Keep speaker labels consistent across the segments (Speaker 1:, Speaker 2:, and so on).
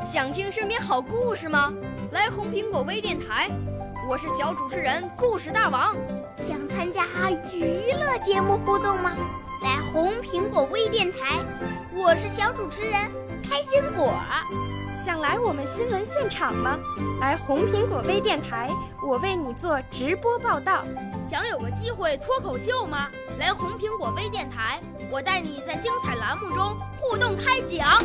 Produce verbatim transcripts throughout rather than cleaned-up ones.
Speaker 1: 想听身边好故事吗？来红苹果微电台，我是小主持人故事大王。
Speaker 2: 想参加娱乐节目互动吗？来红苹果微电台，我是小主持人开心果。
Speaker 3: 想来我们新闻现场吗？来红苹果微电台，我为你做直播报道。
Speaker 4: 想有个机会脱口秀吗？来红苹果微电台，我带你在精彩栏目中互动开讲。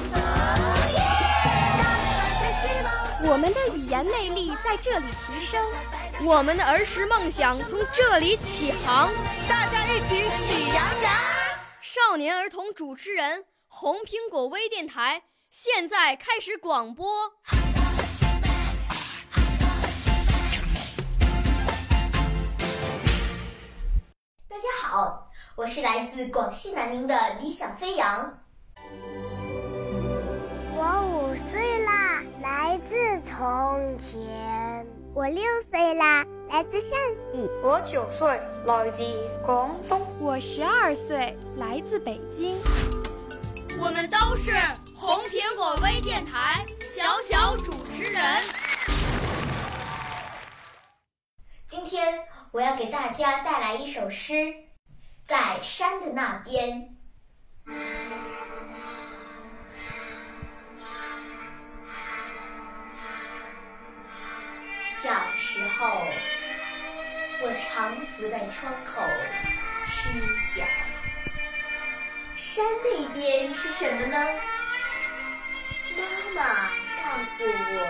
Speaker 3: 我们的语言魅力在这里提升，
Speaker 1: 我们的儿时梦想从这里起航。
Speaker 5: 大家一起喜羊羊。
Speaker 1: 少年儿童主持人，红苹果微电台现在开始广播。
Speaker 6: 大家好，我是来自广西南宁的理想飞扬。
Speaker 2: 我五岁啦，来自从前。我六岁啦，来自陕西。
Speaker 7: 我九岁，来自广东。
Speaker 3: 我十二岁，来自北京。
Speaker 4: 我们都是红苹果微电台小小主持人。
Speaker 6: 今天我要给大家带来一首诗，在山的那边。小时候，我常伏在窗口痴想，山那边是什么呢？妈妈告诉我，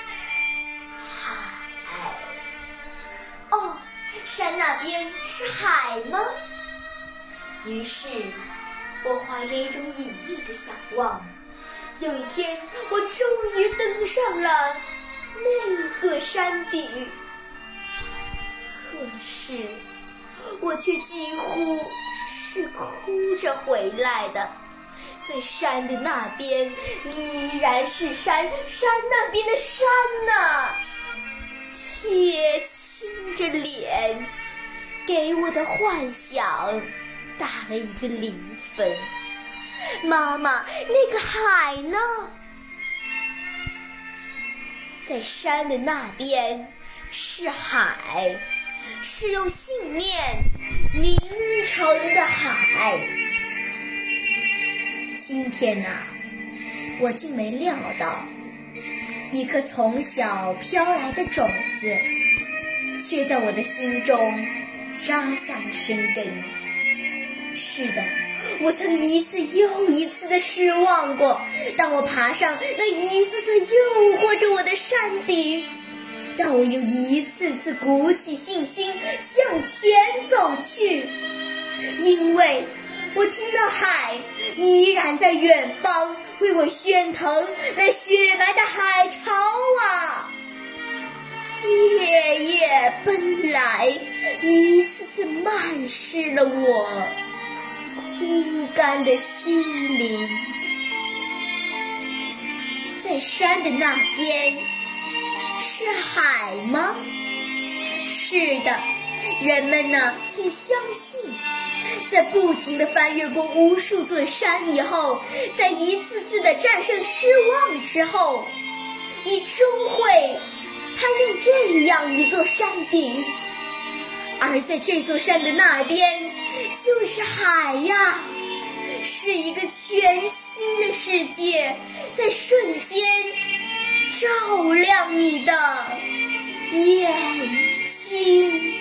Speaker 6: 海。哦，山那边是海吗？于是我怀着一种隐秘的想望，有一天我终于登上了那座山顶。可是我却几乎是哭着回来的，在山的那边依然是山，山那边的山呢，铁青着脸，给我的幻想打了一个零分。妈妈，那个海呢？在山的那边是海，是用信念凝成的海。今天呐、啊，我竟没料到，一颗从小飘来的种子，却在我的心中扎下了生根。是的，我曾一次又一次的失望过，当我爬上那一次次诱惑着我的山顶，但我又一次次鼓起信心向前走去，因为我听到海依然在远方为我喧腾那雪白的海潮啊，夜夜奔来，一次次漫湿了我枯干的心灵。在山的那边是海吗？是的，人们呢，请相信，在不停地翻越过无数座山以后，在一次次的战胜失望之后，你终会攀上这样一座山顶，而在这座山的那边就是海呀，是一个全新的世界，在瞬间照亮你的眼睛。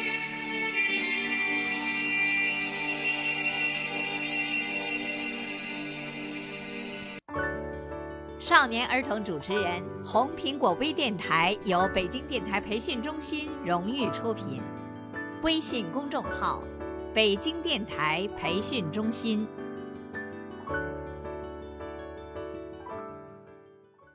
Speaker 8: 少年儿童主持人，红苹果微电台由北京电台培训中心荣誉出品，微信公众号：北京电台培训中心。